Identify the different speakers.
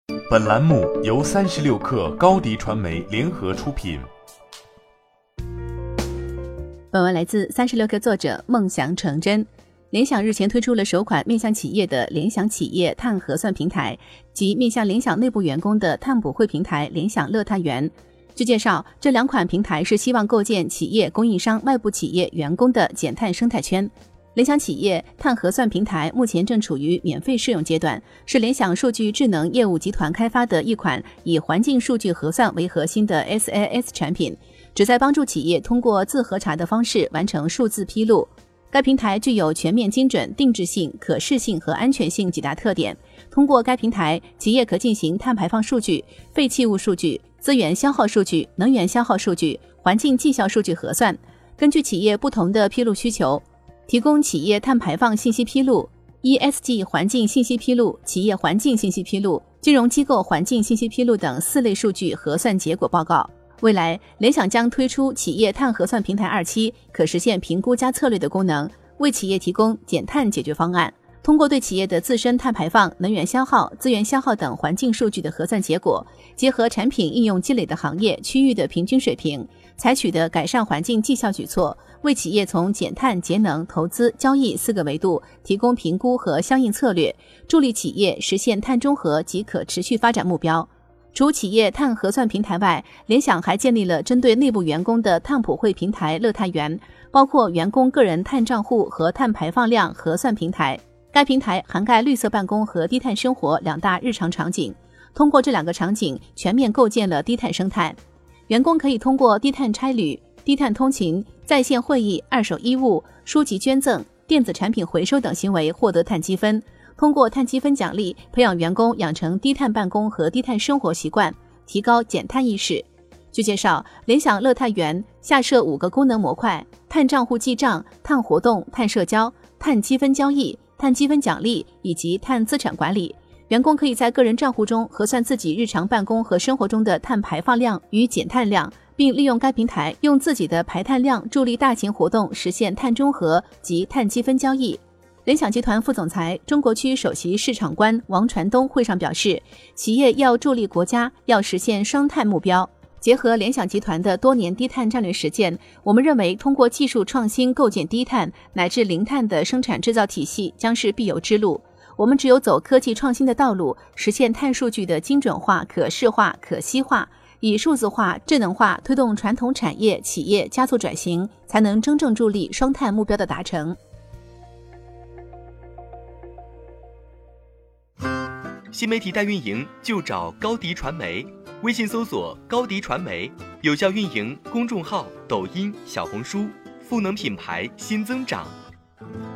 Speaker 1: 本栏目由36氪高迪传媒联合出品。
Speaker 2: 本文来自36氪作者梦想成真。联想日前推出了首款面向企业的联想企业碳核算平台，及面向联想内部员工的碳普惠平台联想乐碳源。据介绍，这两款平台是希望构建企业、供应商、外部企业、员工的减碳生态圈。联想企业碳核算平台目前正处于免费试用阶段，是联想数据智能业务集团开发的一款以环境数据核算为核心的 SaaS 产品，旨在帮助企业通过自核查的方式完成数字披露。该平台具有全面精准、定制性、可视性和安全性几大特点。通过该平台，企业可进行碳排放数据、废弃物数据、资源消耗数据、能源消耗数据、环境绩效数据核算，根据企业不同的披露需求，提供企业碳排放信息披露、ESG 环境信息披露、企业环境信息披露、金融机构环境信息披露等4类数据核算结果报告。未来，联想将推出企业碳核算平台2期，可实现评估加策略的功能，为企业提供减碳解决方案。通过对企业的自身碳排放、能源消耗、资源消耗等环境数据的核算结果，结合产品应用积累的行业、区域的平均水平，采取的改善环境绩效举措，为企业从减碳、节能、投资、交易4个维度提供评估和相应策略，助力企业实现碳中和及可持续发展目标。除企业碳核算平台外，联想还建立了针对内部员工的碳普惠平台乐碳源，包括员工个人碳账户和碳排放量核算平台。该平台涵盖绿色办公和低碳生活2大日常场景，通过这2个场景全面构建了低碳生态。员工可以通过低碳差旅、低碳通勤、在线会议、二手衣物、书籍捐赠、电子产品回收等行为获得碳积分，通过碳积分奖励培养员工养成低碳办公和低碳生活习惯，提高减碳意识。据介绍，联想乐碳源下设5个功能模块：碳账户记账、碳活动、碳社交、碳积分交易、碳积分奖励以及碳资产管理。员工可以在个人账户中核算自己日常办公和生活中的碳排放量与减碳量，并利用该平台用自己的排碳量助力大型活动实现碳中和及碳积分交易。联想集团副总裁、中国区首席市场官王传东会上表示，企业要助力国家，要实现双碳目标。结合联想集团的多年低碳战略实践，我们认为通过技术创新构建低碳乃至零碳的生产制造体系将是必由之路。我们只有走科技创新的道路，实现碳数据的精准化、可视化、可稀化，以数字化、智能化推动传统产业、企业加速转型，才能真正助力双碳目标的达成。
Speaker 3: 新媒体代运营就找高迪传媒，微信搜索高迪传媒，有效运营公众号、抖音、小红书，赋能品牌新增长。